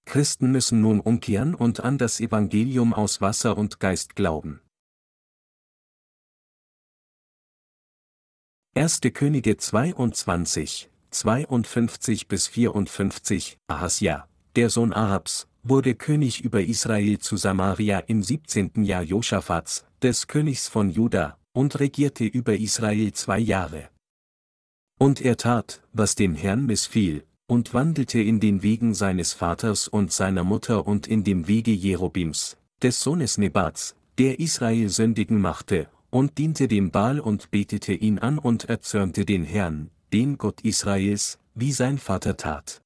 Christen müssen nun umkehren und an das Evangelium aus Wasser und Geist glauben. 1. Könige 22, 52-54. Ahasja, der Sohn Ahabs, wurde König über Israel zu Samaria im 17. Jahr Josaphats, des Königs von Juda, und regierte über Israel 2 Jahre. Und er tat, was dem Herrn missfiel, und wandelte in den Wegen seines Vaters und seiner Mutter und in dem Wege Jerobims, des Sohnes Nebats, der Israel sündigen machte, und diente dem Baal und betete ihn an und erzürnte den Herrn, den Gott Israels, wie sein Vater tat.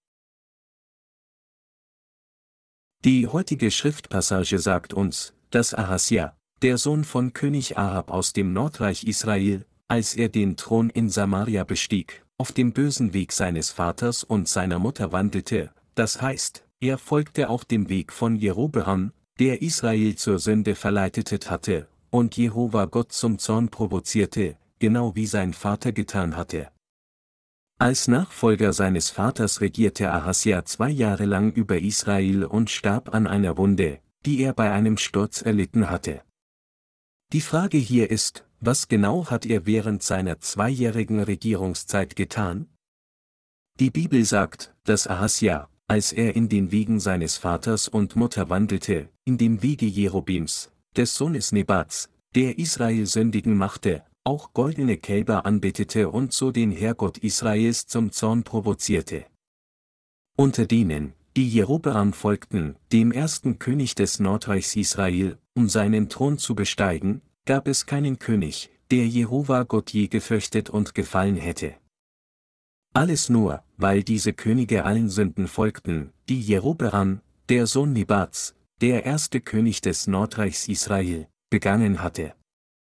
Die heutige Schriftpassage sagt uns, dass Ahasja, der Sohn von König Ahab aus dem Nordreich Israel, als er den Thron in Samaria bestieg, auf dem bösen Weg seines Vaters und seiner Mutter wandelte, das heißt, er folgte auch dem Weg von Jerobeam, der Israel zur Sünde verleitet hatte, und Jehova Gott zum Zorn provozierte, genau wie sein Vater getan hatte. Als Nachfolger seines Vaters regierte Ahasja 2 Jahre lang über Israel und starb an einer Wunde, die er bei einem Sturz erlitten hatte. Die Frage hier ist, was genau hat er während seiner 2-jährigen Regierungszeit getan? Die Bibel sagt, dass Ahasja, als er in den Wegen seines Vaters und Mutter wandelte, in dem Wege Jerobims, des Sohnes Nebats, der Israel sündigen machte, auch goldene Kälber anbetete und so den Herrgott Israels zum Zorn provozierte. Unter denen, die Jerobeam folgten, dem ersten König des Nordreichs Israel, um seinen Thron zu besteigen, gab es keinen König, der Jehova Gott je gefürchtet und gefallen hätte. Alles nur, weil diese Könige allen Sünden folgten, die Jerobeam, der Sohn Nebats, der erste König des Nordreichs Israel, begangen hatte.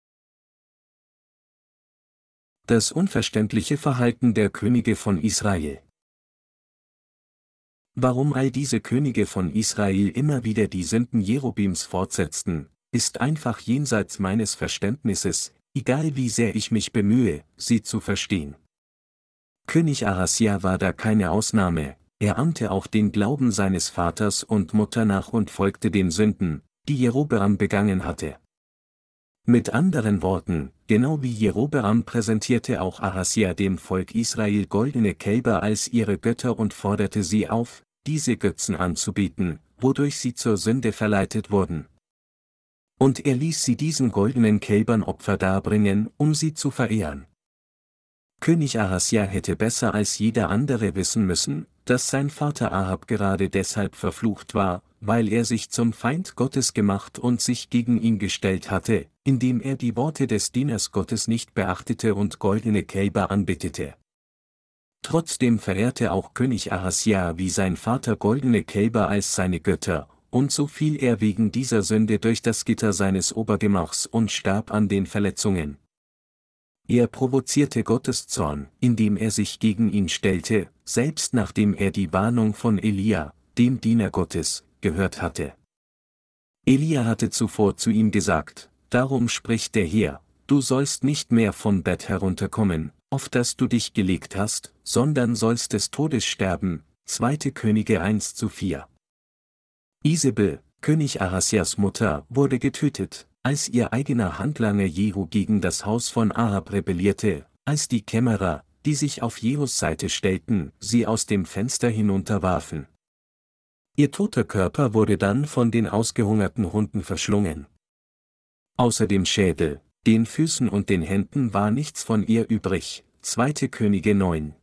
Das unverständliche Verhalten der Könige von Israel. Warum all diese Könige von Israel immer wieder die Sünden Jerobims fortsetzten, ist einfach jenseits meines Verständnisses, egal wie sehr ich mich bemühe, sie zu verstehen. König Ahasja war da keine Ausnahme, er ahmte auch den Glauben seines Vaters und Mutter nach und folgte den Sünden, die Jerobeam begangen hatte. Mit anderen Worten, genau wie Jerobeam präsentierte auch Ahasja dem Volk Israel goldene Kälber als ihre Götter und forderte sie auf, diese Götzen anzubieten, wodurch sie zur Sünde verleitet wurden. Und er ließ sie diesen goldenen Kälbern Opfer darbringen, um sie zu verehren. König Ahasja hätte besser als jeder andere wissen müssen, dass sein Vater Ahab gerade deshalb verflucht war, weil er sich zum Feind Gottes gemacht und sich gegen ihn gestellt hatte, indem er die Worte des Dieners Gottes nicht beachtete und goldene Kälber anbetete. Trotzdem verehrte auch König Ahasja wie sein Vater goldene Kälber als seine Götter, und so fiel er wegen dieser Sünde durch das Gitter seines Obergemachs und starb an den Verletzungen. Er provozierte Gottes Zorn, indem er sich gegen ihn stellte, selbst nachdem er die Warnung von Elia, dem Diener Gottes, gehört hatte. Elia hatte zuvor zu ihm gesagt: Darum spricht der Herr, du sollst nicht mehr vom Bett herunterkommen, auf das du dich gelegt hast, sondern sollst des Todes sterben. 2. Könige 1:4. Isabel, König Ahasjas Mutter, wurde getötet, als ihr eigener Handlanger Jehu gegen das Haus von Ahab rebellierte, als die Kämmerer, die sich auf Jehus Seite stellten, sie aus dem Fenster hinunterwarfen. Ihr toter Körper wurde dann von den ausgehungerten Hunden verschlungen. Außer dem Schädel, den Füßen und den Händen war nichts von ihr übrig. 2. Könige 9,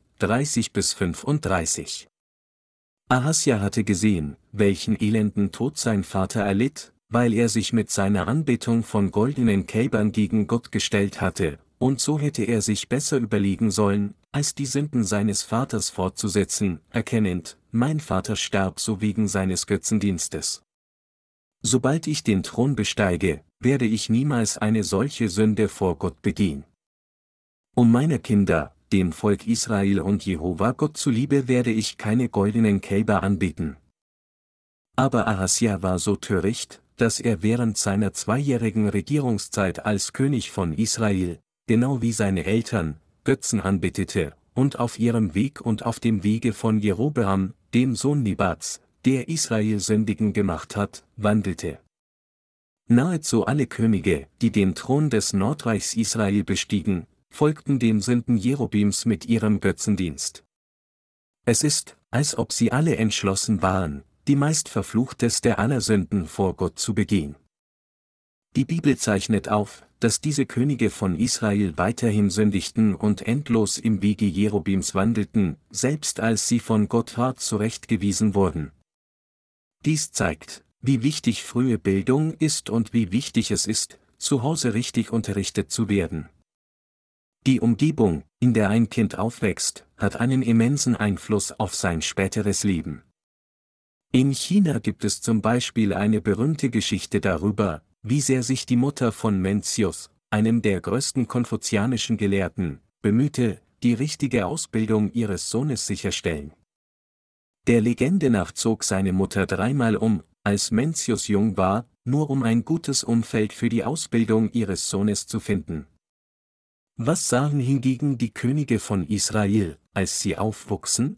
30-35. Ahasja hatte gesehen, welchen elenden Tod sein Vater erlitt, weil er sich mit seiner Anbetung von goldenen Kälbern gegen Gott gestellt hatte, und so hätte er sich besser überlegen sollen, als die Sünden seines Vaters fortzusetzen, erkennend: Mein Vater starb so wegen seines Götzendienstes. Sobald ich den Thron besteige, werde ich niemals eine solche Sünde vor Gott begehen. Um meiner Kinder, dem Volk Israel und Jehova Gott zuliebe werde ich keine goldenen Kälber anbeten. Aber Ahasja war so töricht, dass er während seiner 2-jährigen Regierungszeit als König von Israel, genau wie seine Eltern, Götzen anbetete, und auf ihrem Weg und auf dem Wege von Jerobeam, dem Sohn Nebats, der Israel sündigen gemacht hat, wandelte. Nahezu alle Könige, die den Thron des Nordreichs Israel bestiegen, folgten den Sünden Jerobims mit ihrem Götzendienst. Es ist, als ob sie alle entschlossen waren, die meist verfluchteste aller Sünden vor Gott zu begehen. Die Bibel zeichnet auf, dass diese Könige von Israel weiterhin sündigten und endlos im Wege Jerobims wandelten, selbst als sie von Gott hart zurechtgewiesen wurden. Dies zeigt, wie wichtig frühe Bildung ist und wie wichtig es ist, zu Hause richtig unterrichtet zu werden. Die Umgebung, in der ein Kind aufwächst, hat einen immensen Einfluss auf sein späteres Leben. In China gibt es zum Beispiel eine berühmte Geschichte darüber, wie sehr sich die Mutter von Mencius, einem der größten konfuzianischen Gelehrten, bemühte, die richtige Ausbildung ihres Sohnes sicherstellen. Der Legende nach zog seine Mutter dreimal um, als Mencius jung war, nur um ein gutes Umfeld für die Ausbildung ihres Sohnes zu finden. Was sahen hingegen die Könige von Israel, als sie aufwuchsen?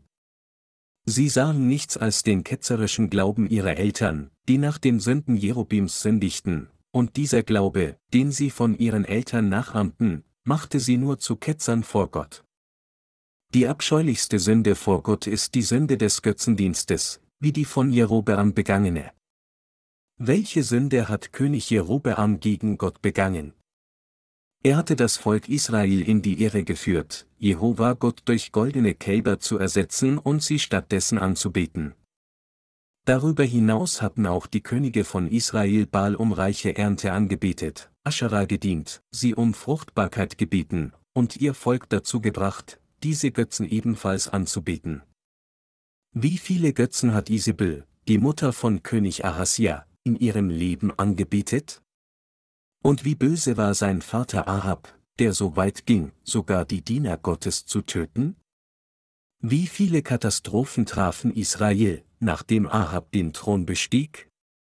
Sie sahen nichts als den ketzerischen Glauben ihrer Eltern, die nach den Sünden Jerobims sündigten, und dieser Glaube, den sie von ihren Eltern nachahmten, machte sie nur zu Ketzern vor Gott. Die abscheulichste Sünde vor Gott ist die Sünde des Götzendienstes, wie die von Jerobeam begangene. Welche Sünde hat König Jerobeam gegen Gott begangen? Er hatte das Volk Israel in die Irre geführt, Jehova Gott durch goldene Kälber zu ersetzen und sie stattdessen anzubeten. Darüber hinaus hatten auch die Könige von Israel Baal um reiche Ernte angebetet, Aschera gedient, sie um Fruchtbarkeit gebeten, und ihr Volk dazu gebracht, diese Götzen ebenfalls anzubeten. Wie viele Götzen hat Isabel, die Mutter von König Ahasja, in ihrem Leben angebetet? Und wie böse war sein Vater Ahab, der so weit ging, sogar die Diener Gottes zu töten? Wie viele Katastrophen trafen Israel, nachdem Ahab den Thron bestieg?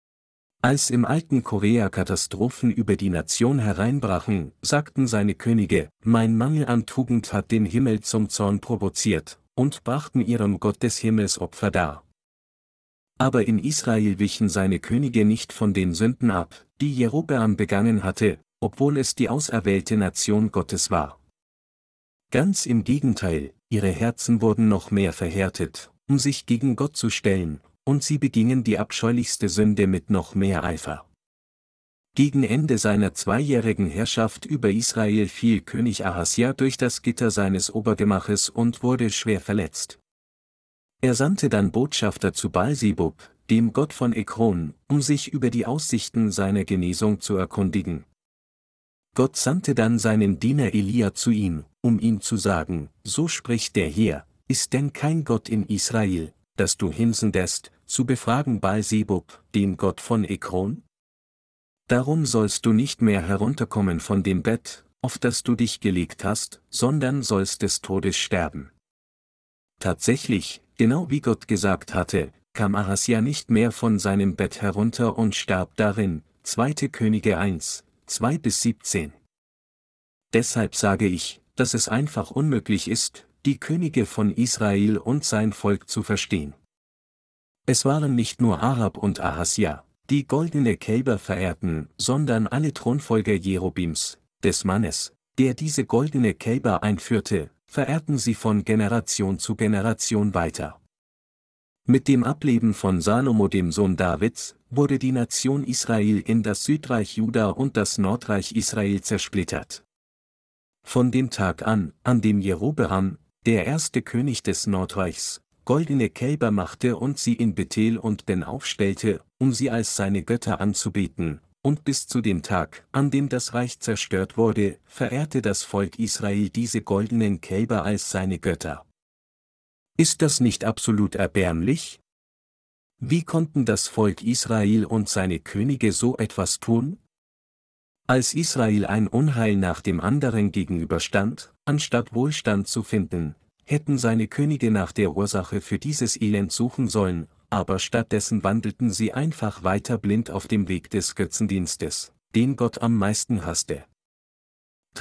Als im alten Korea Katastrophen über die Nation hereinbrachen, sagten seine Könige, mein Mangel an Tugend hat den Himmel zum Zorn provoziert, und brachten ihrem Gott des Himmels Opfer dar. Aber in Israel wichen seine Könige nicht von den Sünden ab, die Jerobeam begangen hatte, obwohl es die auserwählte Nation Gottes war. Ganz im Gegenteil, ihre Herzen wurden noch mehr verhärtet, um sich gegen Gott zu stellen, und sie begingen die abscheulichste Sünde mit noch mehr Eifer. Gegen Ende seiner 2-jährigen Herrschaft über Israel fiel König Ahasja durch das Gitter seines Obergemaches und wurde schwer verletzt. Er sandte dann Botschafter zu Baal-Zebub, dem Gott von Ekron, um sich über die Aussichten seiner Genesung zu erkundigen. Gott sandte dann seinen Diener Elia zu ihm, um ihm zu sagen, so spricht der Herr, ist denn kein Gott in Israel, dass du hinsendest, zu befragen Baal-Zebub, den Gott von Ekron? Darum sollst du nicht mehr herunterkommen von dem Bett, auf das du dich gelegt hast, sondern sollst des Todes sterben. Tatsächlich, genau wie Gott gesagt hatte, kam Ahasja nicht mehr von seinem Bett herunter und starb darin, 2. Könige 1, 2-17. Deshalb sage ich, dass es einfach unmöglich ist, die Könige von Israel und sein Volk zu verstehen. Es waren nicht nur Ahab und Ahasja, die goldene Kälber verehrten, sondern alle Thronfolger Jerobims, des Mannes, der diese goldene Kälber einführte, verehrten sie von Generation zu Generation weiter. Mit dem Ableben von Salomo dem Sohn Davids, wurde die Nation Israel in das Südreich Juda und das Nordreich Israel zersplittert. Von dem Tag an dem Jerobeam, der erste König des Nordreichs, goldene Kälber machte und sie in Bethel und Ben aufstellte, um sie als seine Götter anzubeten, und bis zu dem Tag, an dem das Reich zerstört wurde, verehrte das Volk Israel diese goldenen Kälber als seine Götter. Ist das nicht absolut erbärmlich? Wie konnten das Volk Israel und seine Könige so etwas tun? Als Israel ein Unheil nach dem anderen gegenüberstand, anstatt Wohlstand zu finden, hätten seine Könige nach der Ursache für dieses Elend suchen sollen, aber stattdessen wandelten sie einfach weiter blind auf dem Weg des Götzendienstes, den Gott am meisten hasste.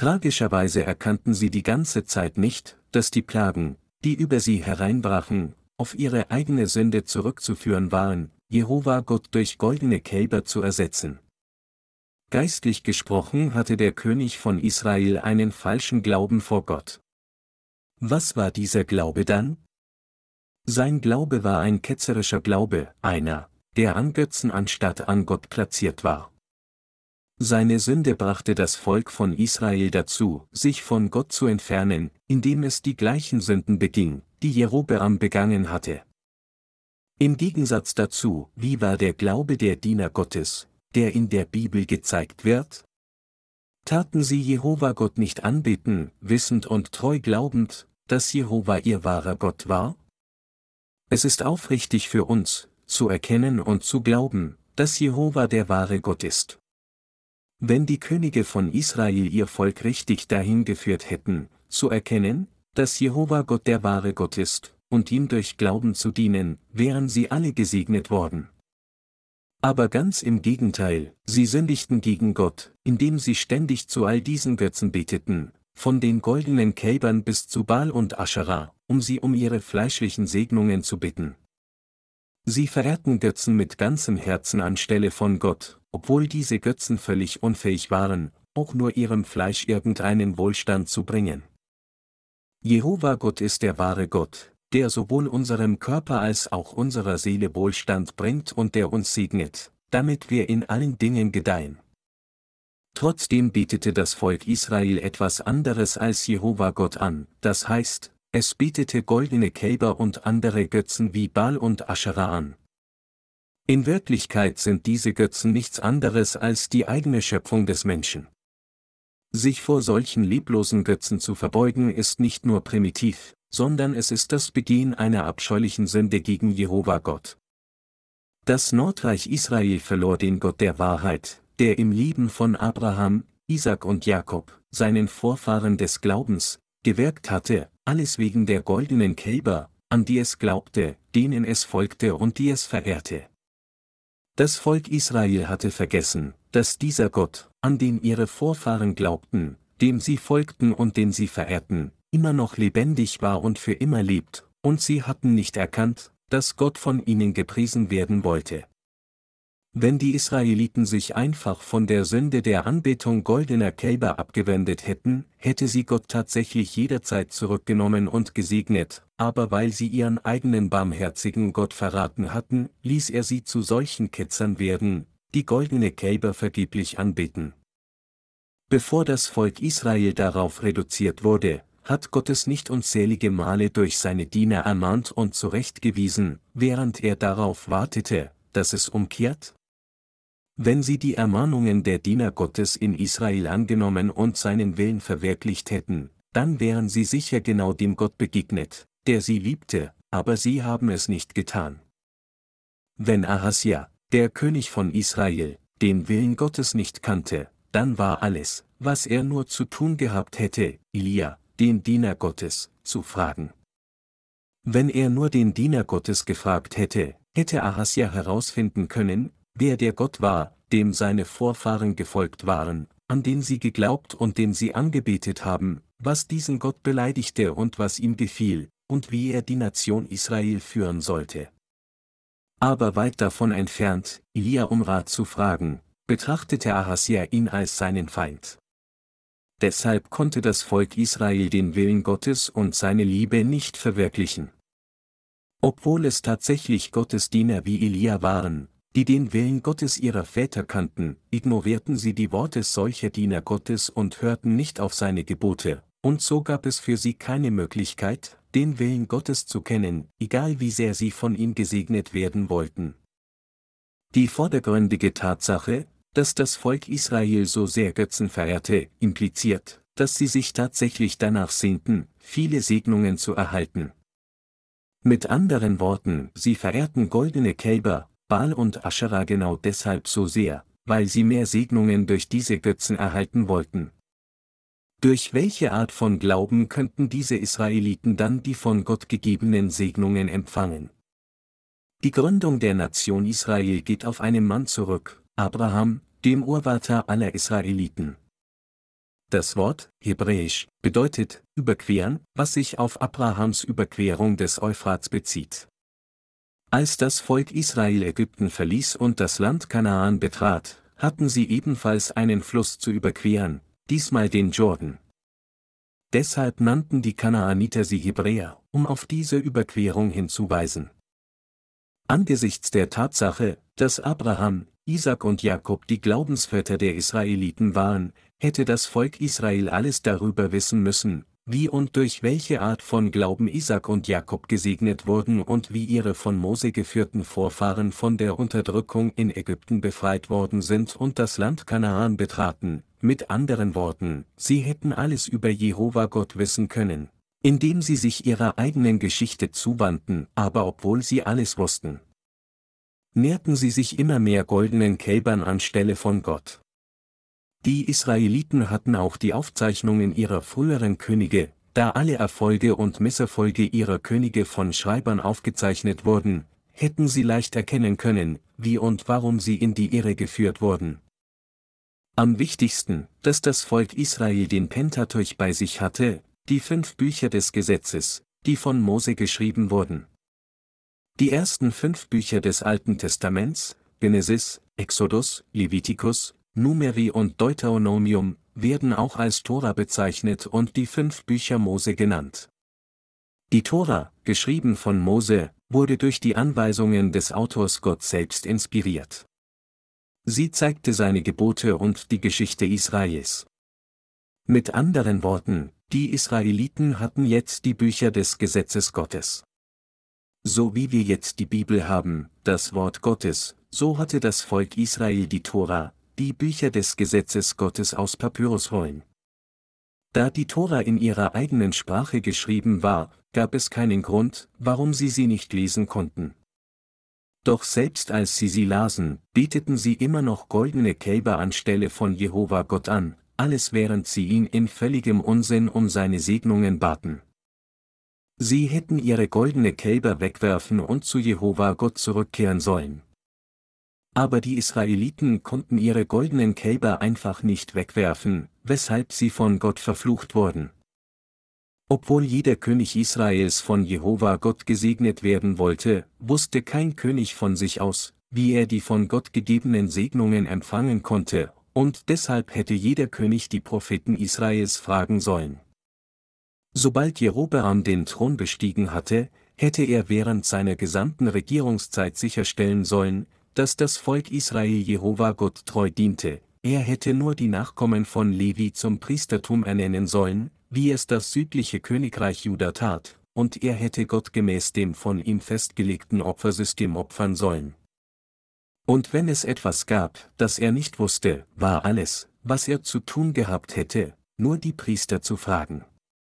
Tragischerweise erkannten sie die ganze Zeit nicht, dass die Plagen, die über sie hereinbrachen, auf ihre eigene Sünde zurückzuführen waren, Jehova Gott durch goldene Kälber zu ersetzen. Geistlich gesprochen hatte der König von Israel einen falschen Glauben vor Gott. Was war dieser Glaube dann? Sein Glaube war ein ketzerischer Glaube, einer, der an Götzen anstatt an Gott platziert war. Seine Sünde brachte das Volk von Israel dazu, sich von Gott zu entfernen, indem es die gleichen Sünden beging, die Jerobeam begangen hatte. Im Gegensatz dazu, wie war der Glaube der Diener Gottes, der in der Bibel gezeigt wird? Taten sie Jehova Gott nicht anbeten, wissend und treu glaubend, dass Jehova ihr wahrer Gott war? Es ist aufrichtig für uns, zu erkennen und zu glauben, dass Jehova der wahre Gott ist. Wenn die Könige von Israel ihr Volk richtig dahin geführt hätten, zu erkennen, dass Jehova Gott der wahre Gott ist, und ihm durch Glauben zu dienen, wären sie alle gesegnet worden. Aber ganz im Gegenteil, sie sündigten gegen Gott, indem sie ständig zu all diesen Götzen beteten, von den goldenen Kälbern bis zu Baal und Aschera, um sie um ihre fleischlichen Segnungen zu bitten. Sie verehrten Götzen mit ganzem Herzen anstelle von Gott, obwohl diese Götzen völlig unfähig waren, auch nur ihrem Fleisch irgendeinen Wohlstand zu bringen. Jehova Gott ist der wahre Gott, der sowohl unserem Körper als auch unserer Seele Wohlstand bringt und der uns segnet, damit wir in allen Dingen gedeihen. Trotzdem betete das Volk Israel etwas anderes als Jehova Gott an, das heißt, es betete goldene Kälber und andere Götzen wie Baal und Aschera an. In Wirklichkeit sind diese Götzen nichts anderes als die eigene Schöpfung des Menschen. Sich vor solchen leblosen Götzen zu verbeugen ist nicht nur primitiv, sondern es ist das Begehen einer abscheulichen Sünde gegen Jehova Gott. Das Nordreich Israel verlor den Gott der Wahrheit, der im Leben von Abraham, Isaak und Jakob, seinen Vorfahren des Glaubens, gewirkt hatte, alles wegen der goldenen Kälber, an die es glaubte, denen es folgte und die es verehrte. Das Volk Israel hatte vergessen, dass dieser Gott, an den ihre Vorfahren glaubten, dem sie folgten und den sie verehrten, immer noch lebendig war und für immer lebt, und sie hatten nicht erkannt, dass Gott von ihnen gepriesen werden wollte. Wenn die Israeliten sich einfach von der Sünde der Anbetung goldener Kälber abgewendet hätten, hätte sie Gott tatsächlich jederzeit zurückgenommen und gesegnet, aber weil sie ihren eigenen barmherzigen Gott verraten hatten, ließ er sie zu solchen Ketzern werden, die goldene Kälber vergeblich anbeten. Bevor das Volk Israel darauf reduziert wurde, hat Gott es nicht unzählige Male durch seine Diener ermahnt und zurechtgewiesen, während er darauf wartete, dass es umkehrt? Wenn sie die Ermahnungen der Diener Gottes in Israel angenommen und seinen Willen verwirklicht hätten, dann wären sie sicher genau dem Gott begegnet, der sie liebte, aber sie haben es nicht getan. Wenn Ahasja, der König von Israel, den Willen Gottes nicht kannte, dann war alles, was er nur zu tun gehabt hätte, Elia, den Diener Gottes, zu fragen. Wenn er nur den Diener Gottes gefragt hätte, hätte Ahasja herausfinden können, wer der Gott war, dem seine Vorfahren gefolgt waren, an den sie geglaubt und den sie angebetet haben, was diesen Gott beleidigte und was ihm gefiel, und wie er die Nation Israel führen sollte. Aber weit davon entfernt, Elia um Rat zu fragen, betrachtete Ahasja ihn als seinen Feind. Deshalb konnte das Volk Israel den Willen Gottes und seine Liebe nicht verwirklichen. Obwohl es tatsächlich Gottes Diener wie Elia waren, die den Willen Gottes ihrer Väter kannten, ignorierten sie die Worte solcher Diener Gottes und hörten nicht auf seine Gebote, und so gab es für sie keine Möglichkeit, den Willen Gottes zu kennen, egal wie sehr sie von ihm gesegnet werden wollten. Die vordergründige Tatsache, dass das Volk Israel so sehr Götzen verehrte, impliziert, dass sie sich tatsächlich danach sehnten, viele Segnungen zu erhalten. Mit anderen Worten, sie verehrten goldene Kälber, Baal und Aschera genau deshalb so sehr, weil sie mehr Segnungen durch diese Götzen erhalten wollten. Durch welche Art von Glauben könnten diese Israeliten dann die von Gott gegebenen Segnungen empfangen? Die Gründung der Nation Israel geht auf einen Mann zurück, Abraham, dem Urvater aller Israeliten. Das Wort, hebräisch, bedeutet, überqueren, was sich auf Abrahams Überquerung des Euphrats bezieht. Als das Volk Israel Ägypten verließ und das Land Kanaan betrat, hatten sie ebenfalls einen Fluss zu überqueren, diesmal den Jordan. Deshalb nannten die Kanaaniter sie Hebräer, um auf diese Überquerung hinzuweisen. Angesichts der Tatsache, dass Abraham, Isaak und Jakob die Glaubensväter der Israeliten waren, hätte das Volk Israel alles darüber wissen müssen, wie und durch welche Art von Glauben Isaak und Jakob gesegnet wurden und wie ihre von Mose geführten Vorfahren von der Unterdrückung in Ägypten befreit worden sind und das Land Kanaan betraten. Mit anderen Worten, sie hätten alles über Jehova Gott wissen können, indem sie sich ihrer eigenen Geschichte zuwandten, aber obwohl sie alles wussten, näherten sie sich immer mehr goldenen Kälbern anstelle von Gott. Die Israeliten hatten auch die Aufzeichnungen ihrer früheren Könige, da alle Erfolge und Misserfolge ihrer Könige von Schreibern aufgezeichnet wurden, hätten sie leicht erkennen können, wie und warum sie in die Irre geführt wurden. Am wichtigsten, dass das Volk Israel den Pentateuch bei sich hatte, die 5 Bücher des Gesetzes, die von Mose geschrieben wurden. Die ersten 5 Bücher des Alten Testaments, Genesis, Exodus, Levitikus, Numeri und Deuteronomium, werden auch als Tora bezeichnet und die 5 Bücher Mose genannt. Die Tora, geschrieben von Mose, wurde durch die Anweisungen des Autors Gott selbst inspiriert. Sie zeigte seine Gebote und die Geschichte Israels. Mit anderen Worten, die Israeliten hatten jetzt die Bücher des Gesetzes Gottes. So wie wir jetzt die Bibel haben, das Wort Gottes, so hatte das Volk Israel die Tora, die Bücher des Gesetzes Gottes aus Papyrusrollen. Da die Tora in ihrer eigenen Sprache geschrieben war, gab es keinen Grund, warum sie nicht lesen konnten. Doch selbst als sie lasen, beteten sie immer noch goldene Kälber anstelle von Jehova Gott an, alles während sie ihn in völligem Unsinn um seine Segnungen baten. Sie hätten ihre goldene Kälber wegwerfen und zu Jehova Gott zurückkehren sollen. Aber die Israeliten konnten ihre goldenen Kälber einfach nicht wegwerfen, weshalb sie von Gott verflucht wurden. Obwohl jeder König Israels von Jehova Gott gesegnet werden wollte, wusste kein König von sich aus, wie er die von Gott gegebenen Segnungen empfangen konnte, und deshalb hätte jeder König die Propheten Israels fragen sollen. Sobald Jerobeam den Thron bestiegen hatte, hätte er während seiner gesamten Regierungszeit sicherstellen sollen, dass das Volk Israel Jehova Gott treu diente. Er hätte nur die Nachkommen von Levi zum Priestertum ernennen sollen, wie es das südliche Königreich Juda tat, und er hätte Gott gemäß dem von ihm festgelegten Opfersystem opfern sollen. Und wenn es etwas gab, das er nicht wusste, war alles, was er zu tun gehabt hätte, nur die Priester zu fragen.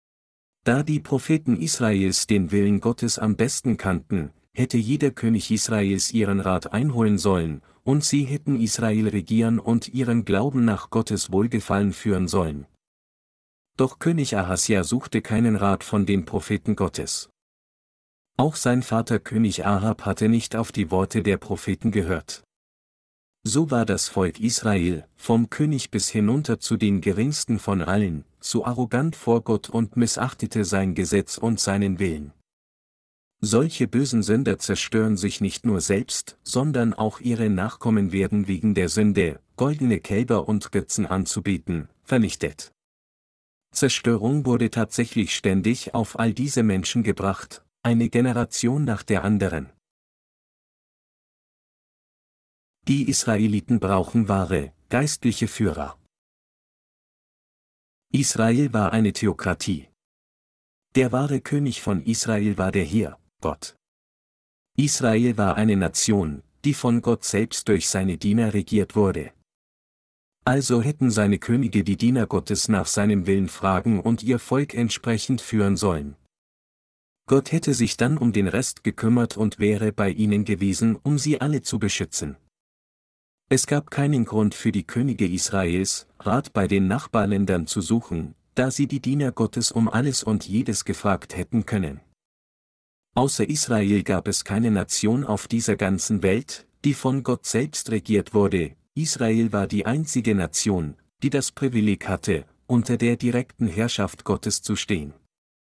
Da die Propheten Israels den Willen Gottes am besten kannten, hätte jeder König Israels ihren Rat einholen sollen, und sie hätten Israel regieren und ihren Glauben nach Gottes Wohlgefallen führen sollen. Doch König Ahasja suchte keinen Rat von den Propheten Gottes. Auch sein Vater König Ahab hatte nicht auf die Worte der Propheten gehört. So war das Volk Israel, vom König bis hinunter zu den geringsten von allen, zu arrogant vor Gott und missachtete sein Gesetz und seinen Willen. Solche bösen Sünder zerstören sich nicht nur selbst, sondern auch ihre Nachkommen werden wegen der Sünde, goldene Kälber und Götzen anzubeten, vernichtet. Zerstörung wurde tatsächlich ständig auf all diese Menschen gebracht, eine Generation nach der anderen. Die Israeliten brauchen wahre, geistliche Führer. Israel war eine Theokratie. Der wahre König von Israel war der Herr, Gott. Israel war eine Nation, die von Gott selbst durch seine Diener regiert wurde. Also hätten seine Könige die Diener Gottes nach seinem Willen fragen und ihr Volk entsprechend führen sollen. Gott hätte sich dann um den Rest gekümmert und wäre bei ihnen gewesen, um sie alle zu beschützen. Es gab keinen Grund für die Könige Israels, Rat bei den Nachbarländern zu suchen, da sie die Diener Gottes um alles und jedes gefragt hätten können. Außer Israel gab es keine Nation auf dieser ganzen Welt, die von Gott selbst regiert wurde. Israel war die einzige Nation, die das Privileg hatte, unter der direkten Herrschaft Gottes zu stehen.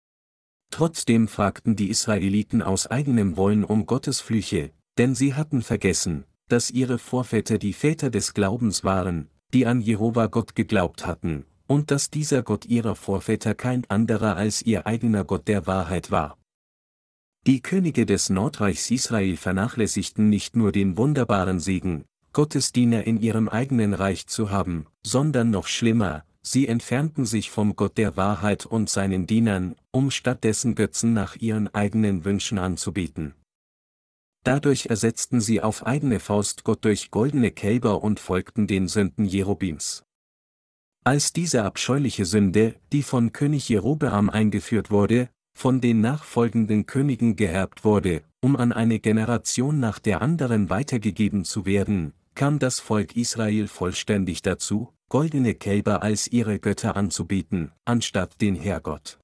Trotzdem fragten die Israeliten aus eigenem Wollen um Gottes Flüche, denn sie hatten vergessen, dass ihre Vorväter die Väter des Glaubens waren, die an Jehova Gott geglaubt hatten, und dass dieser Gott ihrer Vorväter kein anderer als ihr eigener Gott der Wahrheit war. Die Könige des Nordreichs Israel vernachlässigten nicht nur den wunderbaren Segen, Gottes Diener in ihrem eigenen Reich zu haben, sondern noch schlimmer, sie entfernten sich vom Gott der Wahrheit und seinen Dienern, um stattdessen Götzen nach ihren eigenen Wünschen anzubeten. Dadurch ersetzten sie auf eigene Faust Gott durch goldene Kälber und folgten den Sünden Jerobims. Als diese abscheuliche Sünde, die von König Jerobeam eingeführt wurde, von den nachfolgenden Königen geerbt wurde, um an eine Generation nach der anderen weitergegeben zu werden, kam das Volk Israel vollständig dazu, goldene Kälber als ihre Götter anzubeten, anstatt den Herrgott.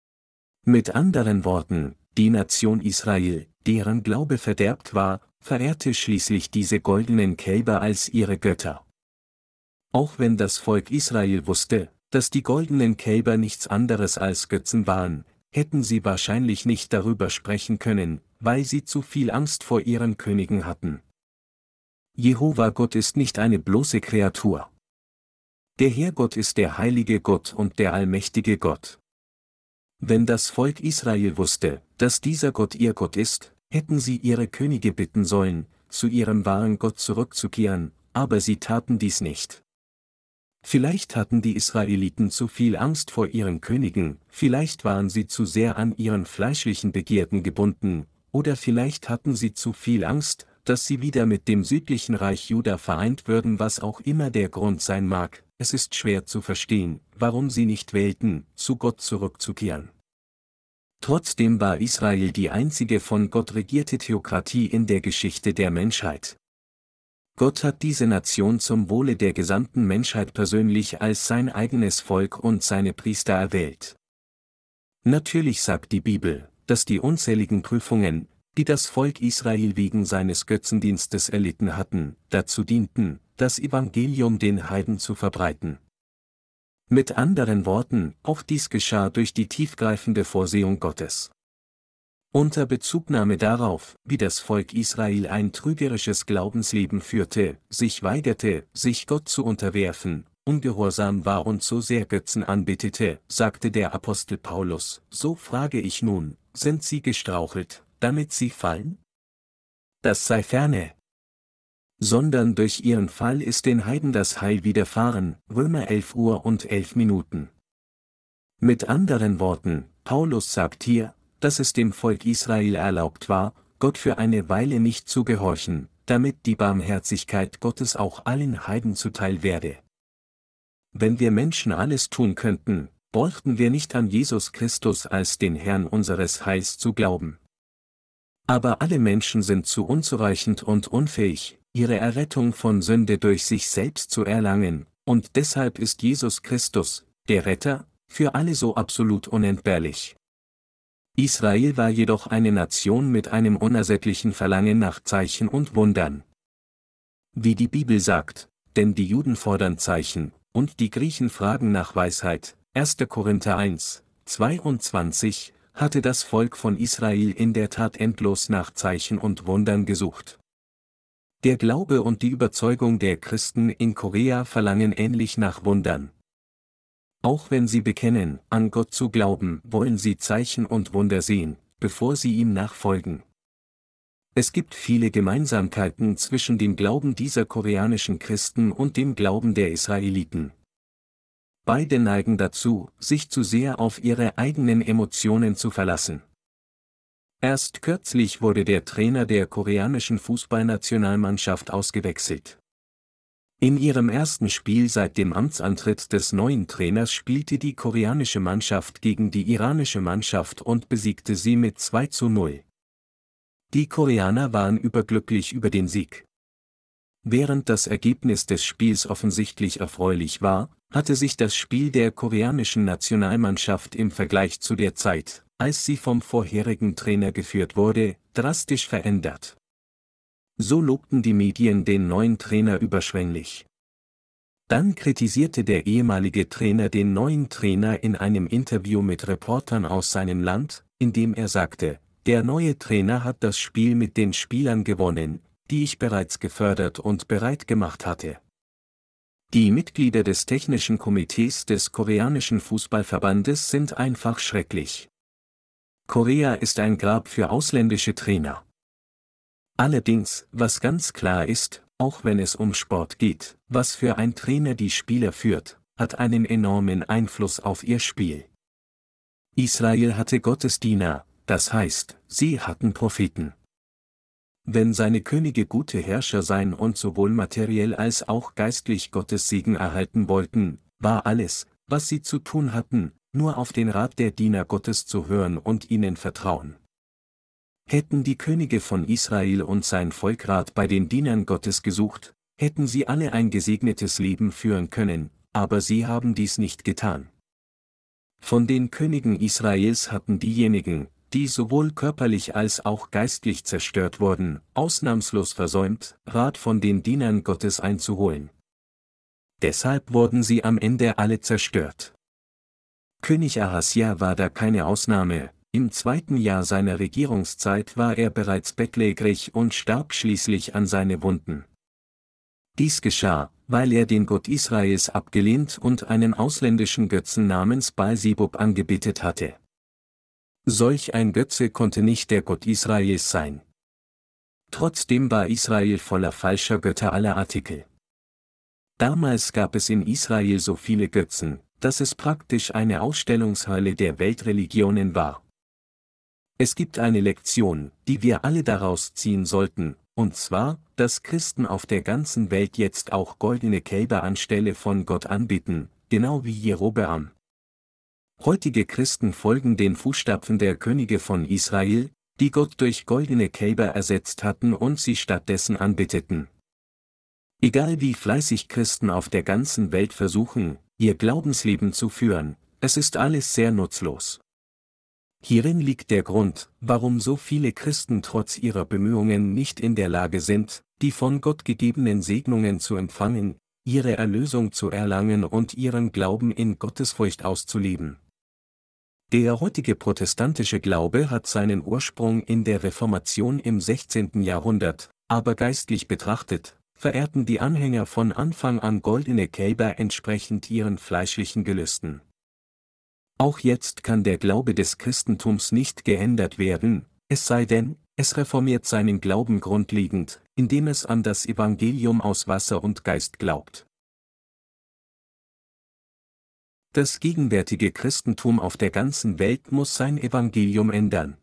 Mit anderen Worten, die Nation Israel, deren Glaube verderbt war, verehrte schließlich diese goldenen Kälber als ihre Götter. Auch wenn das Volk Israel wusste, dass die goldenen Kälber nichts anderes als Götzen waren, hätten sie wahrscheinlich nicht darüber sprechen können, weil sie zu viel Angst vor ihren Königen hatten. Jehova Gott ist nicht eine bloße Kreatur. Der Herrgott ist der heilige Gott und der allmächtige Gott. Wenn das Volk Israel wusste, dass dieser Gott ihr Gott ist, hätten sie ihre Könige bitten sollen, zu ihrem wahren Gott zurückzukehren, aber sie taten dies nicht. Vielleicht hatten die Israeliten zu viel Angst vor ihren Königen, vielleicht waren sie zu sehr an ihren fleischlichen Begierden gebunden, oder vielleicht hatten sie zu viel Angst, dass sie wieder mit dem südlichen Reich Juda vereint würden, was auch immer der Grund sein mag. Es ist schwer zu verstehen, warum sie nicht wählten, zu Gott zurückzukehren. Trotzdem war Israel die einzige von Gott regierte Theokratie in der Geschichte der Menschheit. Gott hat diese Nation zum Wohle der gesamten Menschheit persönlich als sein eigenes Volk und seine Priester erwählt. Natürlich sagt die Bibel, dass die unzähligen Prüfungen, die das Volk Israel wegen seines Götzendienstes erlitten hatten, dazu dienten, das Evangelium den Heiden zu verbreiten. Mit anderen Worten, auch dies geschah durch die tiefgreifende Vorsehung Gottes. Unter Bezugnahme darauf, wie das Volk Israel ein trügerisches Glaubensleben führte, sich weigerte, sich Gott zu unterwerfen, ungehorsam war und so sehr Götzen anbetete, sagte der Apostel Paulus, so frage ich nun, sind sie gestrauchelt, damit sie fallen? Das sei ferne. Sondern durch ihren Fall ist den Heiden das Heil widerfahren, Römer 11:11. Mit anderen Worten, Paulus sagt hier, dass es dem Volk Israel erlaubt war, Gott für eine Weile nicht zu gehorchen, damit die Barmherzigkeit Gottes auch allen Heiden zuteil werde. Wenn wir Menschen alles tun könnten, bräuchten wir nicht an Jesus Christus als den Herrn unseres Heils zu glauben. Aber alle Menschen sind zu unzureichend und unfähig, ihre Errettung von Sünde durch sich selbst zu erlangen, und deshalb ist Jesus Christus, der Retter, für alle so absolut unentbehrlich. Israel war jedoch eine Nation mit einem unersättlichen Verlangen nach Zeichen und Wundern. Wie die Bibel sagt, denn die Juden fordern Zeichen, und die Griechen fragen nach Weisheit, 1. Korinther 1:22, hatte das Volk von Israel in der Tat endlos nach Zeichen und Wundern gesucht. Der Glaube und die Überzeugung der Christen in Korea verlangen ähnlich nach Wundern. Auch wenn sie bekennen, an Gott zu glauben, wollen sie Zeichen und Wunder sehen, bevor sie ihm nachfolgen. Es gibt viele Gemeinsamkeiten zwischen dem Glauben dieser koreanischen Christen und dem Glauben der Israeliten. Beide neigen dazu, sich zu sehr auf ihre eigenen Emotionen zu verlassen. Erst kürzlich wurde der Trainer der koreanischen Fußballnationalmannschaft ausgewechselt. In ihrem ersten Spiel seit dem Amtsantritt des neuen Trainers spielte die koreanische Mannschaft gegen die iranische Mannschaft und besiegte sie mit 2:0. Die Koreaner waren überglücklich über den Sieg. Während das Ergebnis des Spiels offensichtlich erfreulich war, hatte sich das Spiel der koreanischen Nationalmannschaft im Vergleich zu der Zeit, als sie vom vorherigen Trainer geführt wurde, drastisch verändert. So lobten die Medien den neuen Trainer überschwänglich. Dann kritisierte der ehemalige Trainer den neuen Trainer in einem Interview mit Reportern aus seinem Land, indem er sagte, der neue Trainer hat das Spiel mit den Spielern gewonnen, die ich bereits gefördert und bereit gemacht hatte. Die Mitglieder des technischen Komitees des koreanischen Fußballverbandes sind einfach schrecklich. Korea ist ein Grab für ausländische Trainer. Allerdings, was ganz klar ist, auch wenn es um Sport geht, was für ein Trainer die Spieler führt, hat einen enormen Einfluss auf ihr Spiel. Israel hatte Gottesdiener, das heißt, sie hatten Propheten. Wenn seine Könige gute Herrscher sein und sowohl materiell als auch geistlich Gottes Segen erhalten wollten, war alles, was sie zu tun hatten, nur auf den Rat der Diener Gottes zu hören und ihnen vertrauen. Hätten die Könige von Israel und sein Volk Rat bei den Dienern Gottes gesucht, hätten sie alle ein gesegnetes Leben führen können, aber sie haben dies nicht getan. Von den Königen Israels hatten diejenigen, die sowohl körperlich als auch geistlich zerstört wurden, ausnahmslos versäumt, Rat von den Dienern Gottes einzuholen. Deshalb wurden sie am Ende alle zerstört. König Ahasja war da keine Ausnahme, im 2. Jahr seiner Regierungszeit war er bereits bettlägerig und starb schließlich an seine Wunden. Dies geschah, weil er den Gott Israels abgelehnt und einen ausländischen Götzen namens Baal-Zebub angebetet hatte. Solch ein Götze konnte nicht der Gott Israels sein. Trotzdem war Israel voller falscher Götter aller Artikel. Damals gab es in Israel so viele Götzen, dass es praktisch eine Ausstellungshalle der Weltreligionen war. Es gibt eine Lektion, die wir alle daraus ziehen sollten, und zwar, dass Christen auf der ganzen Welt jetzt auch goldene Kälber anstelle von Gott anbeten, genau wie Jerobeam. Heutige Christen folgen den Fußstapfen der Könige von Israel, die Gott durch goldene Kälber ersetzt hatten und sie stattdessen anbeteten. Egal wie fleißig Christen auf der ganzen Welt versuchen, ihr Glaubensleben zu führen, es ist alles sehr nutzlos. Hierin liegt der Grund, warum so viele Christen trotz ihrer Bemühungen nicht in der Lage sind, die von Gott gegebenen Segnungen zu empfangen, ihre Erlösung zu erlangen und ihren Glauben in Gottesfurcht auszuleben. Der heutige protestantische Glaube hat seinen Ursprung in der Reformation im 16. Jahrhundert, aber geistlich betrachtet, verehrten die Anhänger von Anfang an goldene Kälber entsprechend ihren fleischlichen Gelüsten. Auch jetzt kann der Glaube des Christentums nicht geändert werden, es sei denn, es reformiert seinen Glauben grundlegend, indem es an das Evangelium aus Wasser und Geist glaubt. Das gegenwärtige Christentum auf der ganzen Welt muss sein Evangelium ändern.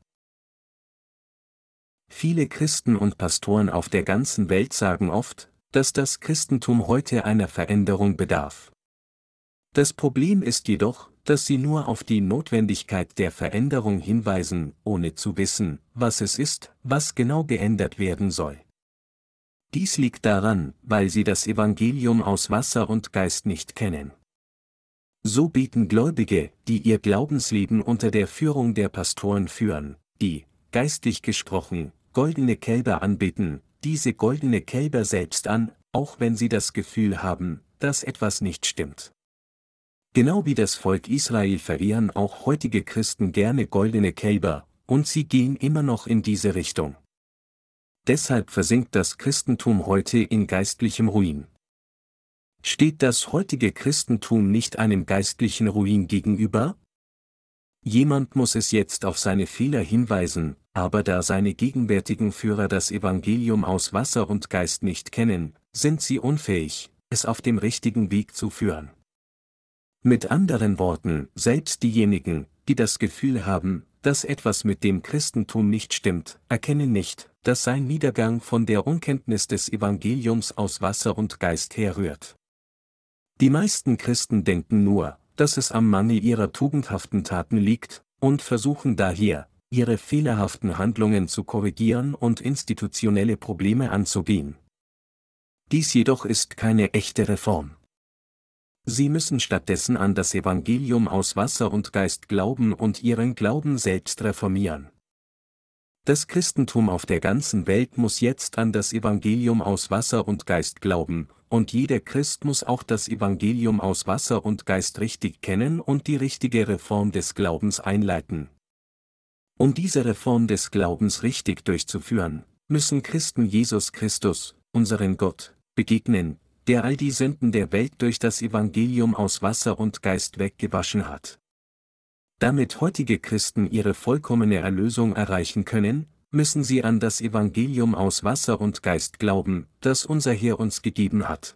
Viele Christen und Pastoren auf der ganzen Welt sagen oft, dass das Christentum heute einer Veränderung bedarf. Das Problem ist jedoch, dass sie nur auf die Notwendigkeit der Veränderung hinweisen, ohne zu wissen, was es ist, was genau geändert werden soll. Dies liegt daran, weil sie das Evangelium aus Wasser und Geist nicht kennen. So beten Gläubige, die ihr Glaubensleben unter der Führung der Pastoren führen, die, geistlich gesprochen, goldene Kälber anbeten, diese goldene Kälber selbst an, auch wenn sie das Gefühl haben, dass etwas nicht stimmt. Genau wie das Volk Israel verehren auch heutige Christen gerne goldene Kälber, und sie gehen immer noch in diese Richtung. Deshalb versinkt das Christentum heute in geistlichem Ruin. Steht das heutige Christentum nicht einem geistlichen Ruin gegenüber? Jemand muss es jetzt auf seine Fehler hinweisen, aber da seine gegenwärtigen Führer das Evangelium aus Wasser und Geist nicht kennen, sind sie unfähig, es auf dem richtigen Weg zu führen. Mit anderen Worten, selbst diejenigen, die das Gefühl haben, dass etwas mit dem Christentum nicht stimmt, erkennen nicht, dass sein Niedergang von der Unkenntnis des Evangeliums aus Wasser und Geist herrührt. Die meisten Christen denken nur, dass es am Mangel ihrer tugendhaften Taten liegt, und versuchen daher, ihre fehlerhaften Handlungen zu korrigieren und institutionelle Probleme anzugehen. Dies jedoch ist keine echte Reform. Sie müssen stattdessen an das Evangelium aus Wasser und Geist glauben und ihren Glauben selbst reformieren. Das Christentum auf der ganzen Welt muss jetzt an das Evangelium aus Wasser und Geist glauben, und jeder Christ muss auch das Evangelium aus Wasser und Geist richtig kennen und die richtige Reform des Glaubens einleiten. Um diese Reform des Glaubens richtig durchzuführen, müssen Christen Jesus Christus, unseren Gott, begegnen, der all die Sünden der Welt durch das Evangelium aus Wasser und Geist weggewaschen hat. Damit heutige Christen ihre vollkommene Erlösung erreichen können, müssen sie an das Evangelium aus Wasser und Geist glauben, das unser Herr uns gegeben hat.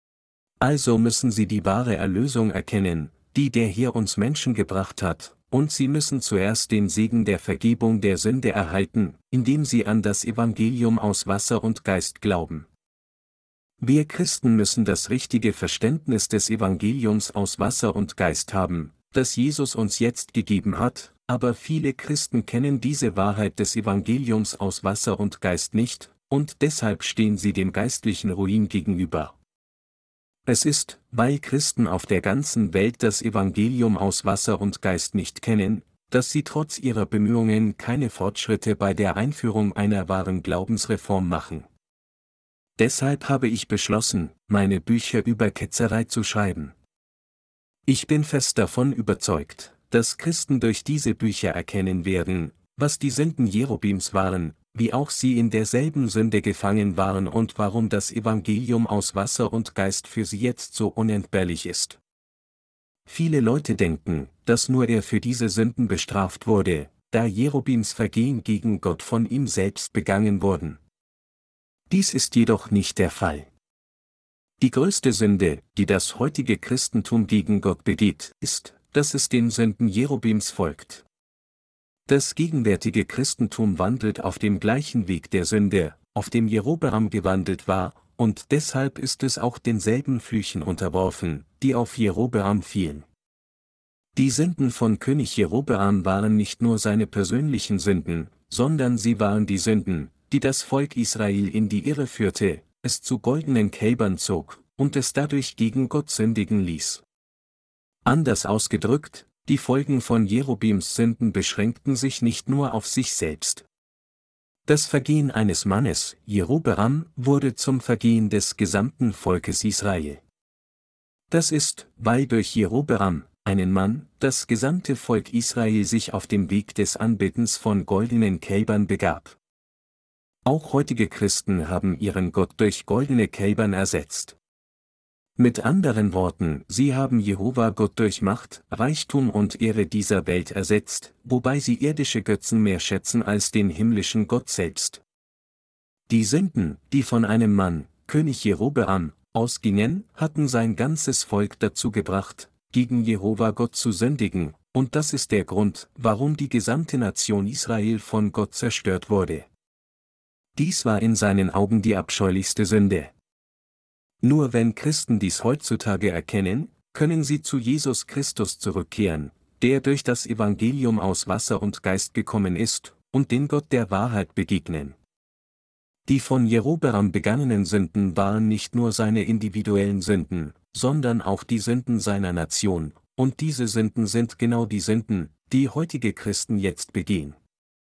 Also müssen sie die wahre Erlösung erkennen, die der Herr uns Menschen gebracht hat, und sie müssen zuerst den Segen der Vergebung der Sünde erhalten, indem sie an das Evangelium aus Wasser und Geist glauben. Wir Christen müssen das richtige Verständnis des Evangeliums aus Wasser und Geist haben, das Jesus uns jetzt gegeben hat, aber viele Christen kennen diese Wahrheit des Evangeliums aus Wasser und Geist nicht, und deshalb stehen sie dem geistlichen Ruin gegenüber. Es ist, weil Christen auf der ganzen Welt das Evangelium aus Wasser und Geist nicht kennen, dass sie trotz ihrer Bemühungen keine Fortschritte bei der Einführung einer wahren Glaubensreform machen. Deshalb habe ich beschlossen, meine Bücher über Ketzerei zu schreiben. Ich bin fest davon überzeugt, dass Christen durch diese Bücher erkennen werden, was die Sünden Jerobims waren, wie auch sie in derselben Sünde gefangen waren und warum das Evangelium aus Wasser und Geist für sie jetzt so unentbehrlich ist. Viele Leute denken, dass nur er für diese Sünden bestraft wurde, da Jerobims Vergehen gegen Gott von ihm selbst begangen wurden. Dies ist jedoch nicht der Fall. Die größte Sünde, die das heutige Christentum gegen Gott begeht, ist, dass es den Sünden Jerobims folgt. Das gegenwärtige Christentum wandelt auf dem gleichen Weg der Sünde, auf dem Jerobeam gewandelt war, und deshalb ist es auch denselben Flüchen unterworfen, die auf Jerobeam fielen. Die Sünden von König Jerobeam waren nicht nur seine persönlichen Sünden, sondern sie waren die Sünden, die das Volk Israel in die Irre führte, es zu goldenen Kälbern zog und es dadurch gegen Gott sündigen ließ. Anders ausgedrückt, die Folgen von Jerobims Sünden beschränkten sich nicht nur auf sich selbst. Das Vergehen eines Mannes, Jerobeam, wurde zum Vergehen des gesamten Volkes Israel. Das ist, weil durch Jerobeam, einen Mann, das gesamte Volk Israel sich auf dem Weg des Anbetens von goldenen Kälbern begab. Auch heutige Christen haben ihren Gott durch goldene Kälbern ersetzt. Mit anderen Worten, sie haben Jehova Gott durch Macht, Reichtum und Ehre dieser Welt ersetzt, wobei sie irdische Götzen mehr schätzen als den himmlischen Gott selbst. Die Sünden, die von einem Mann, König Jerobeam, ausgingen, hatten sein ganzes Volk dazu gebracht, gegen Jehova Gott zu sündigen, und das ist der Grund, warum die gesamte Nation Israel von Gott zerstört wurde. Dies war in seinen Augen die abscheulichste Sünde. Nur wenn Christen dies heutzutage erkennen, können sie zu Jesus Christus zurückkehren, der durch das Evangelium aus Wasser und Geist gekommen ist, und den Gott der Wahrheit begegnen. Die von Jerobeam begangenen Sünden waren nicht nur seine individuellen Sünden, sondern auch die Sünden seiner Nation, und diese Sünden sind genau die Sünden, die heutige Christen jetzt begehen.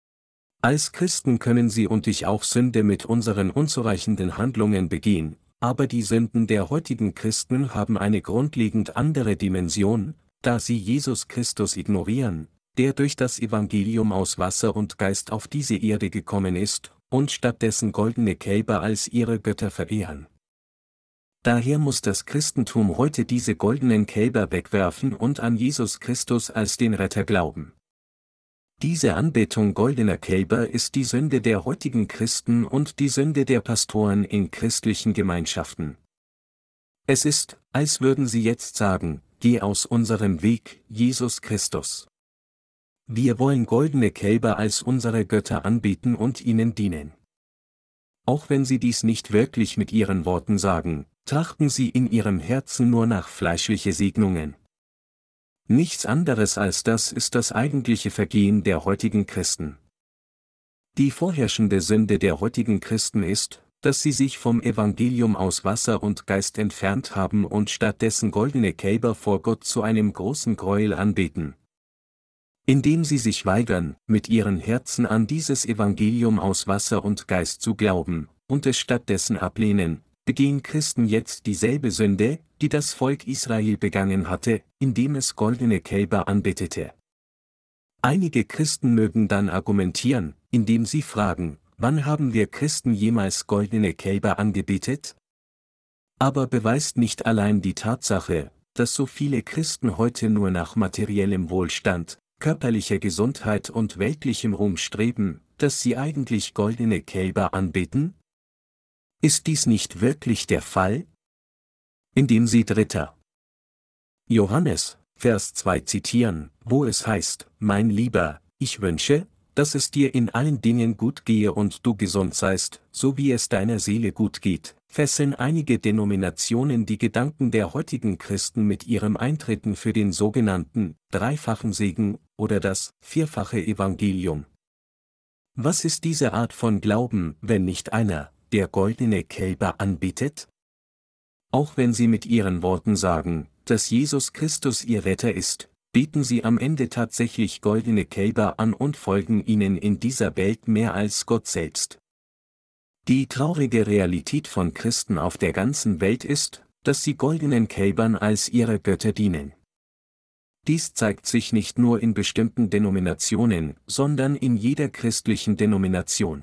Als Christen können Sie und ich auch Sünde mit unseren unzureichenden Handlungen begehen, aber die Sünden der heutigen Christen haben eine grundlegend andere Dimension, da sie Jesus Christus ignorieren, der durch das Evangelium aus Wasser und Geist auf diese Erde gekommen ist, und stattdessen goldene Kälber als ihre Götter verehren. Daher muss das Christentum heute diese goldenen Kälber wegwerfen und an Jesus Christus als den Retter glauben. Diese Anbetung goldener Kälber ist die Sünde der heutigen Christen und die Sünde der Pastoren in christlichen Gemeinschaften. Es ist, als würden sie jetzt sagen, geh aus unserem Weg, Jesus Christus. Wir wollen goldene Kälber als unsere Götter anbeten und ihnen dienen. Auch wenn sie dies nicht wirklich mit ihren Worten sagen, trachten sie in ihrem Herzen nur nach fleischliche Segnungen. Nichts anderes als das ist das eigentliche Vergehen der heutigen Christen. Die vorherrschende Sünde der heutigen Christen ist, dass sie sich vom Evangelium aus Wasser und Geist entfernt haben und stattdessen goldene Kälber vor Gott zu einem großen Gräuel anbeten. Indem sie sich weigern, mit ihren Herzen an dieses Evangelium aus Wasser und Geist zu glauben, und es stattdessen ablehnen, begehen Christen jetzt dieselbe Sünde, die das Volk Israel begangen hatte, indem es goldene Kälber anbetete. Einige Christen mögen dann argumentieren, indem sie fragen, wann haben wir Christen jemals goldene Kälber angebetet? Aber beweist nicht allein die Tatsache, dass so viele Christen heute nur nach materiellem Wohlstand, körperlicher Gesundheit und weltlichem Ruhm streben, dass sie eigentlich goldene Kälber anbeten? Ist dies nicht wirklich der Fall? Indem sie 3. Johannes, Vers 2 zitieren, wo es heißt, mein Lieber, ich wünsche, dass es dir in allen Dingen gut gehe und du gesund seist, so wie es deiner Seele gut geht, fesseln einige Denominationen die Gedanken der heutigen Christen mit ihrem Eintreten für den sogenannten dreifachen Segen oder das vierfache Evangelium. Was ist diese Art von Glauben, wenn nicht einer, der goldene Kälber anbetet? Auch wenn sie mit ihren Worten sagen, dass Jesus Christus ihr Retter ist, beten sie am Ende tatsächlich goldene Kälber an und folgen ihnen in dieser Welt mehr als Gott selbst. Die traurige Realität von Christen auf der ganzen Welt ist, dass sie goldenen Kälbern als ihre Götter dienen. Dies zeigt sich nicht nur in bestimmten Denominationen, sondern in jeder christlichen Denomination.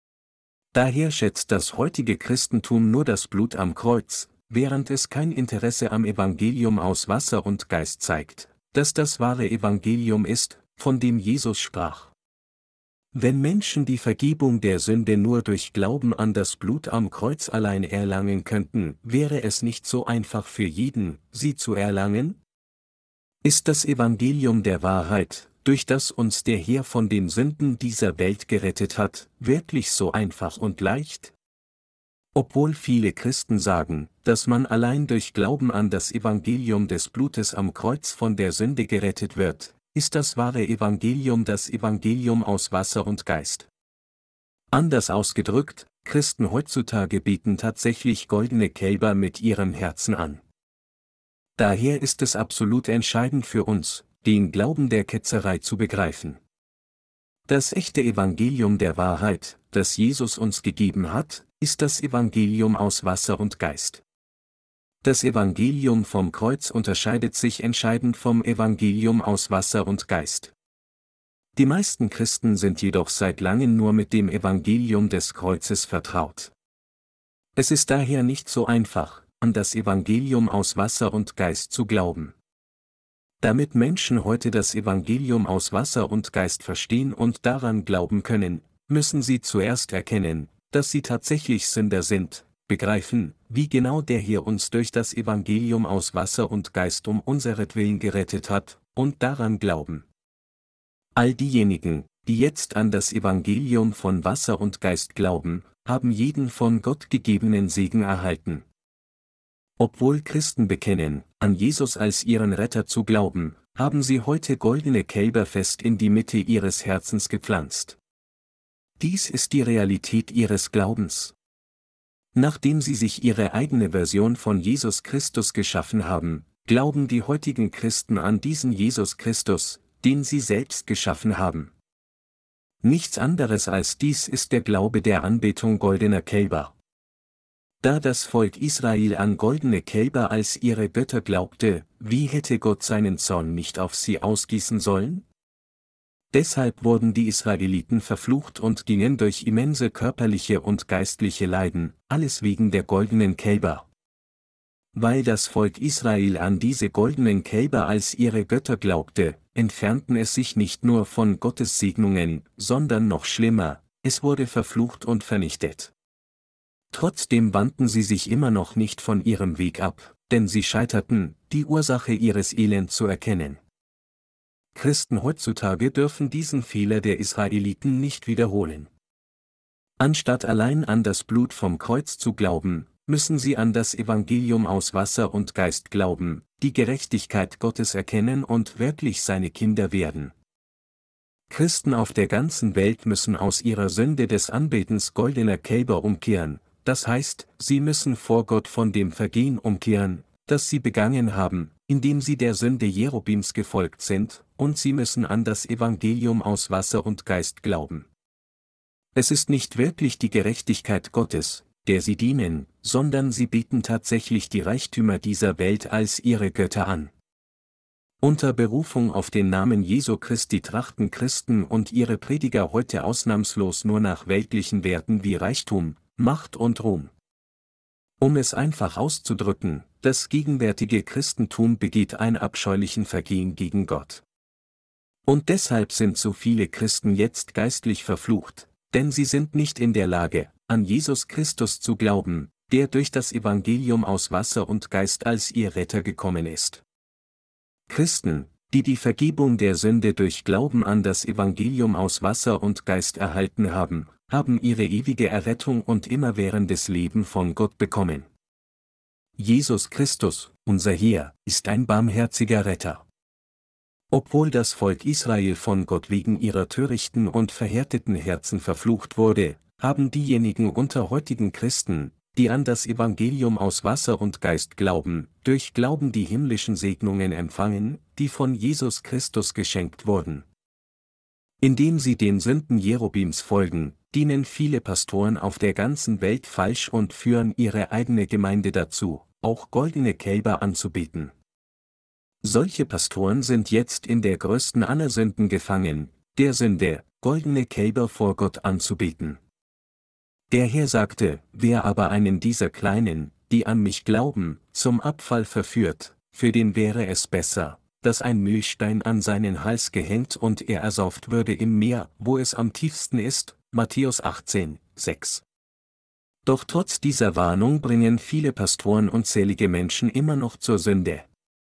Daher schätzt das heutige Christentum nur das Blut am Kreuz, während es kein Interesse am Evangelium aus Wasser und Geist zeigt, das das wahre Evangelium ist, von dem Jesus sprach. Wenn Menschen die Vergebung der Sünde nur durch Glauben an das Blut am Kreuz allein erlangen könnten, wäre es nicht so einfach für jeden, sie zu erlangen? Ist das Evangelium der Wahrheit, durch das uns der Herr von den Sünden dieser Welt gerettet hat, wirklich so einfach und leicht? Obwohl viele Christen sagen, dass man allein durch Glauben an das Evangelium des Blutes am Kreuz von der Sünde gerettet wird, ist das wahre Evangelium das Evangelium aus Wasser und Geist. Anders ausgedrückt, Christen heutzutage beten tatsächlich goldene Kälber mit ihrem Herzen an. Daher ist es absolut entscheidend für uns, den Glauben der Ketzerei zu begreifen. Das echte Evangelium der Wahrheit, das Jesus uns gegeben hat, ist das Evangelium aus Wasser und Geist. Das Evangelium vom Kreuz unterscheidet sich entscheidend vom Evangelium aus Wasser und Geist. Die meisten Christen sind jedoch seit langem nur mit dem Evangelium des Kreuzes vertraut. Es ist daher nicht so einfach, an das Evangelium aus Wasser und Geist zu glauben. Damit Menschen heute das Evangelium aus Wasser und Geist verstehen und daran glauben können, müssen sie zuerst erkennen, dass sie tatsächlich Sünder sind, begreifen, wie genau der Herr uns durch das Evangelium aus Wasser und Geist um unseretwillen gerettet hat, und daran glauben. All diejenigen, die jetzt an das Evangelium von Wasser und Geist glauben, haben jeden von Gott gegebenen Segen erhalten. Obwohl Christen bekennen, an Jesus als ihren Retter zu glauben, haben sie heute goldene Kälber fest in die Mitte ihres Herzens gepflanzt. Dies ist die Realität ihres Glaubens. Nachdem sie sich ihre eigene Version von Jesus Christus geschaffen haben, glauben die heutigen Christen an diesen Jesus Christus, den sie selbst geschaffen haben. Nichts anderes als dies ist der Glaube der Anbetung goldener Kälber. Da das Volk Israel an goldene Kälber als ihre Götter glaubte, wie hätte Gott seinen Zorn nicht auf sie ausgießen sollen? Deshalb wurden die Israeliten verflucht und gingen durch immense körperliche und geistliche Leiden, alles wegen der goldenen Kälber. Weil das Volk Israel an diese goldenen Kälber als ihre Götter glaubte, entfernten es sich nicht nur von Gottes Segnungen, sondern noch schlimmer, es wurde verflucht und vernichtet. Trotzdem wandten sie sich immer noch nicht von ihrem Weg ab, denn sie scheiterten, die Ursache ihres Elends zu erkennen. Christen heutzutage dürfen diesen Fehler der Israeliten nicht wiederholen. Anstatt allein an das Blut vom Kreuz zu glauben, müssen sie an das Evangelium aus Wasser und Geist glauben, die Gerechtigkeit Gottes erkennen und wirklich seine Kinder werden. Christen auf der ganzen Welt müssen aus ihrer Sünde des Anbetens goldener Kälber umkehren, das heißt, sie müssen vor Gott von dem Vergehen umkehren, das sie begangen haben, indem sie der Sünde Jerobims gefolgt sind, und sie müssen an das Evangelium aus Wasser und Geist glauben. Es ist nicht wirklich die Gerechtigkeit Gottes, der sie dienen, sondern sie beten tatsächlich die Reichtümer dieser Welt als ihre Götter an. Unter Berufung auf den Namen Jesu Christi trachten Christen und ihre Prediger heute ausnahmslos nur nach weltlichen Werten wie Reichtum, Macht und Ruhm. Um es einfach auszudrücken, das gegenwärtige Christentum begeht ein abscheulichen Vergehen gegen Gott. Und deshalb sind so viele Christen jetzt geistlich verflucht, denn sie sind nicht in der Lage, an Jesus Christus zu glauben, der durch das Evangelium aus Wasser und Geist als ihr Retter gekommen ist. Christen, die die Vergebung der Sünde durch Glauben an das Evangelium aus Wasser und Geist erhalten haben, haben ihre ewige Errettung und immerwährendes Leben von Gott bekommen. Jesus Christus, unser Herr, ist ein barmherziger Retter. Obwohl das Volk Israel von Gott wegen ihrer törichten und verhärteten Herzen verflucht wurde, haben diejenigen unter heutigen Christen, die an das Evangelium aus Wasser und Geist glauben, durch Glauben die himmlischen Segnungen empfangen, die von Jesus Christus geschenkt wurden. Indem sie den Sünden Jerobims folgen, dienen viele Pastoren auf der ganzen Welt falsch und führen ihre eigene Gemeinde dazu, auch goldene Kälber anzubeten. Solche Pastoren sind jetzt in der größten aller Sünden gefangen, der Sünde, goldene Kälber vor Gott anzubeten. Der Herr sagte, wer aber einen dieser Kleinen, die an mich glauben, zum Abfall verführt, für den wäre es besser, dass ein Mühlstein an seinen Hals gehängt und er ersauft würde im Meer, wo es am tiefsten ist, Matthäus 18, 6. Doch trotz dieser Warnung bringen viele Pastoren unzählige Menschen immer noch zur Sünde.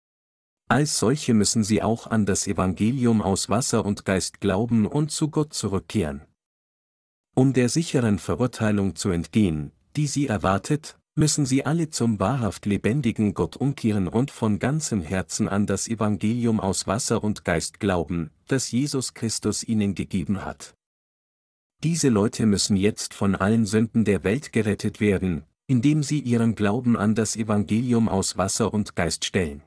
Als solche müssen sie auch an das Evangelium aus Wasser und Geist glauben und zu Gott zurückkehren. Um der sicheren Verurteilung zu entgehen, die sie erwartet, müssen sie alle zum wahrhaft lebendigen Gott umkehren und von ganzem Herzen an das Evangelium aus Wasser und Geist glauben, das Jesus Christus ihnen gegeben hat. Diese Leute müssen jetzt von allen Sünden der Welt gerettet werden, indem sie ihren Glauben an das Evangelium aus Wasser und Geist stellen.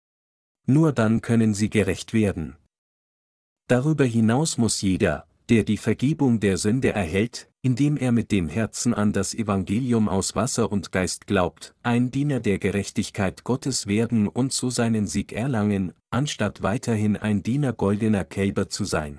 Nur dann können sie gerecht werden. Darüber hinaus muss jeder, der die Vergebung der Sünde erhält, indem er mit dem Herzen an das Evangelium aus Wasser und Geist glaubt, ein Diener der Gerechtigkeit Gottes werden und so seinen Sieg erlangen, anstatt weiterhin ein Diener goldener Kälber zu sein.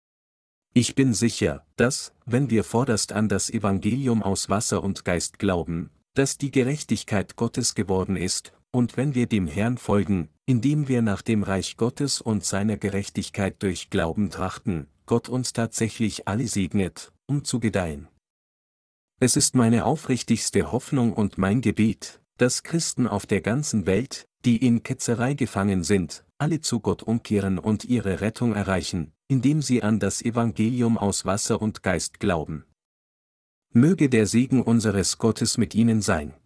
Ich bin sicher, dass, wenn wir vorerst an das Evangelium aus Wasser und Geist glauben, dass die Gerechtigkeit Gottes geworden ist, und wenn wir dem Herrn folgen, indem wir nach dem Reich Gottes und seiner Gerechtigkeit durch Glauben trachten, Gott uns tatsächlich alle segnet, um zu gedeihen. Es ist meine aufrichtigste Hoffnung und mein Gebet, dass Christen auf der ganzen Welt, die in Ketzerei gefangen sind, alle zu Gott umkehren und ihre Rettung erreichen, indem sie an das Evangelium aus Wasser und Geist glauben. Möge der Segen unseres Gottes mit ihnen sein.